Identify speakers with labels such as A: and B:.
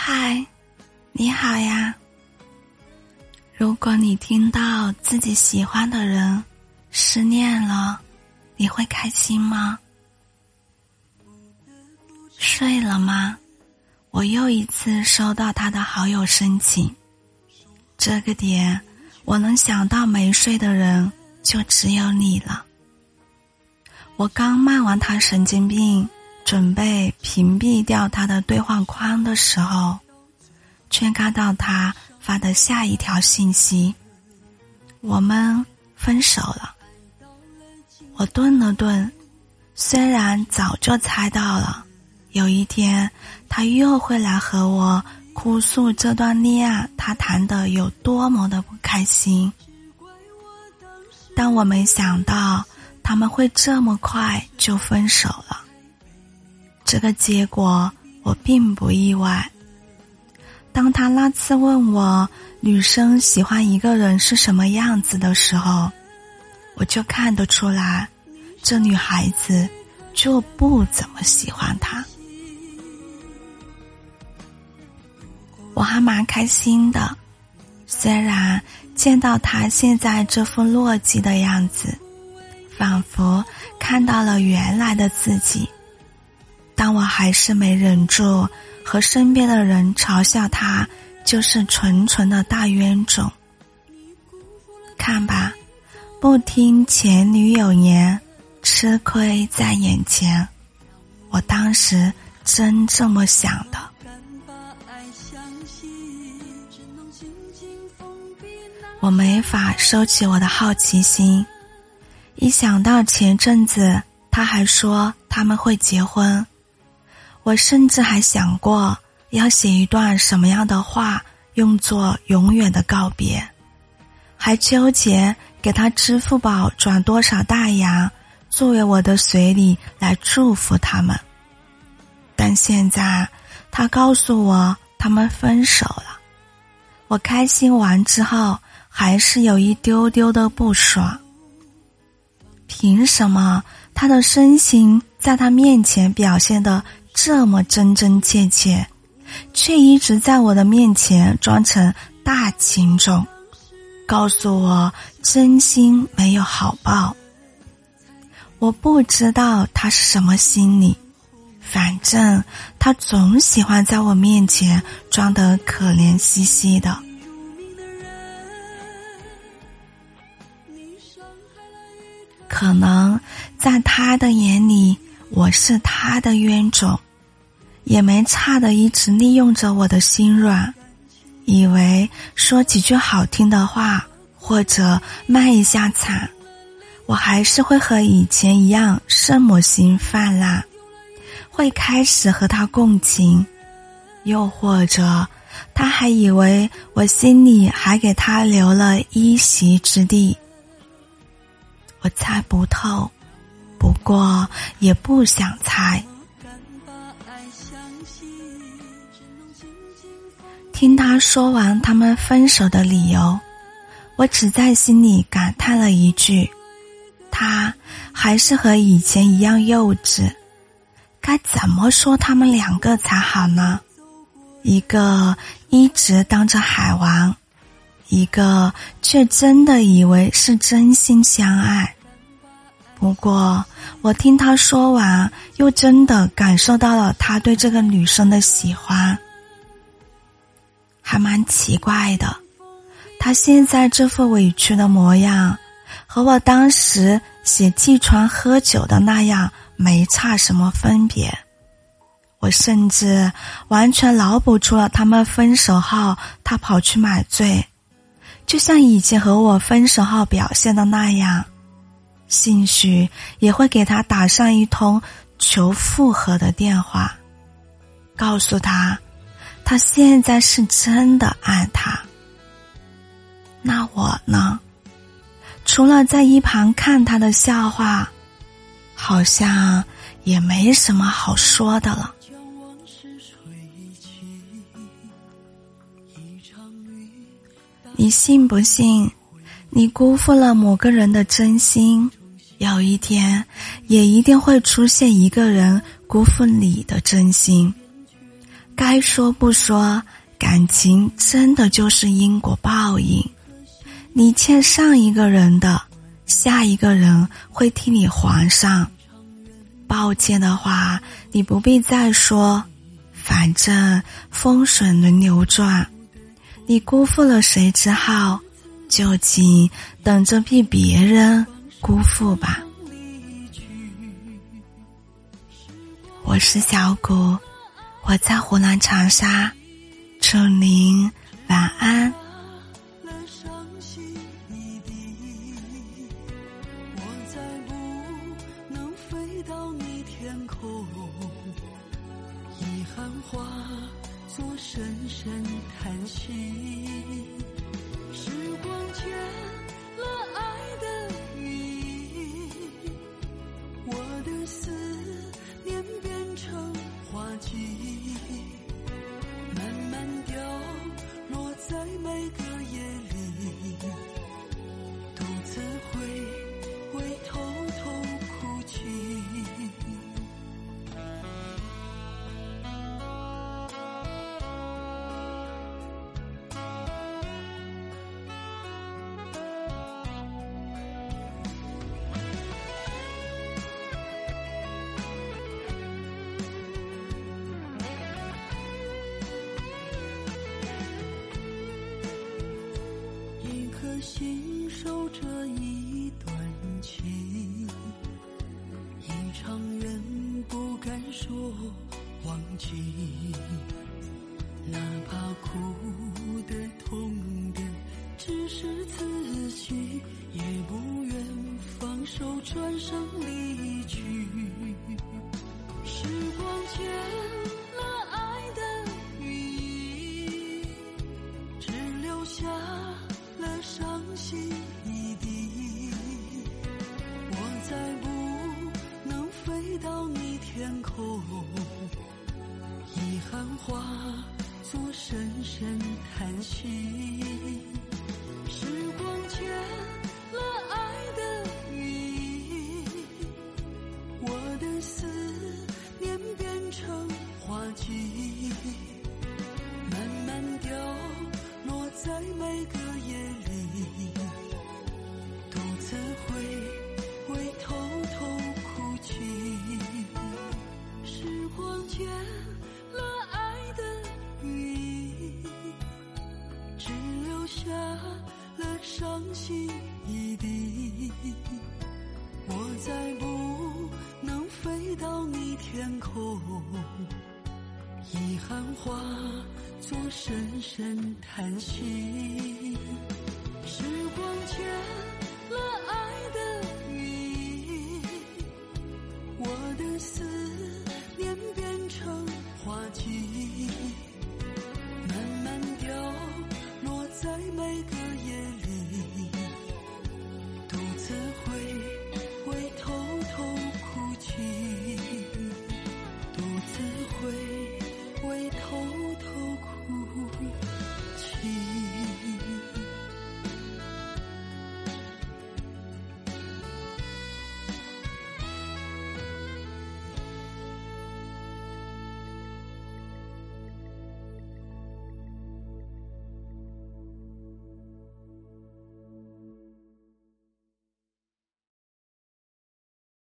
A: 嗨，你好呀。如果你听到自己喜欢的人失恋了，你会开心吗？睡了吗？我又一次收到他的好友申请，这个点我能想到没睡的人就只有你了。我刚骂完他神经病，准备屏蔽掉他的对话框的时候，却看到他发的下一条信息：我们分手了。我顿了顿，虽然早就猜到了，有一天他又会来和我哭诉这段恋爱他谈得有多么的不开心，但我没想到他们会这么快就分手了。这个结果我并不意外。当他那次问我女生喜欢一个人是什么样子的时候，我就看得出来，这女孩子就不怎么喜欢他。我还蛮开心的，虽然见到他现在这副落寂的样子，仿佛看到了原来的自己，但我还是没忍住和身边的人嘲笑他就是纯纯的大冤种。看吧，不听前女友言，吃亏在眼前。我当时真这么想的。我没法收起我的好奇心，一想到前阵子他还说他们会结婚，我甚至还想过要写一段什么样的话用作永远的告别，还纠结给他支付宝转多少大洋作为我的随礼来祝福他们。但现在他告诉我他们分手了，我开心完之后还是有一丢丢的不爽。凭什么他的身形在他面前表现得这么真真切切，却一直在我的面前装成大情种，告诉我真心没有好报。我不知道他是什么心理，反正他总喜欢在我面前装得可怜兮兮的。可能在他的眼里我是他的冤种，也没差的一直利用着我的心软，以为说几句好听的话或者卖一下惨，我还是会和以前一样圣母心泛滥，会开始和他共情，又或者他还以为我心里还给他留了一席之地。我猜不透，不过也不想猜。听他说完他们分手的理由，我只在心里感叹了一句，他还是和以前一样幼稚。该怎么说他们两个才好呢？一个一直当着海王，一个却真的以为是真心相爱。不过我听他说完，又真的感受到了他对这个女生的喜欢。还蛮奇怪的，他现在这副委屈的模样，和我当时写寄床喝酒的那样没差什么分别。我甚至完全脑补出了他们分手后他跑去买醉，就像以前和我分手后表现的那样，兴许也会给他打上一通求复合的电话，告诉他他现在是真的爱他。那我呢？除了在一旁看他的笑话，好像也没什么好说的了。你信不信，你辜负了某个人的真心，有一天也一定会出现一个人辜负你的真心。 该说不说，感情真的就是因果报应。你欠上一个人的，下一个人会替你还上。抱歉的话，你不必再说，反正风水轮流转。你辜负了谁之后，就请等着被别人辜负吧。我是小谷，我在湖南长沙，祝您晚安。
B: 遗憾化作深深叹息，时光填了爱的羽翼，我的思念变成花季，慢慢掉落在每个夜里，独自会偷偷哭泣。心守着一段情，一场缘不敢说忘记，哪怕哭的痛的只是自己，也不愿放手转身离去。时光填了爱的羽翼，只留下伤心一滴，我再不能飞到你天空，遗憾化作深深叹息。时光填了爱的羽翼，我的思念变成花季，慢慢掉落在每个夜里，独自会偷偷哭泣。时光填了爱的羽翼，只留下了伤心一滴，我再不能飞到你天空，遗憾化作深深叹息。时光填了爱的羽翼，我的思念变成花季。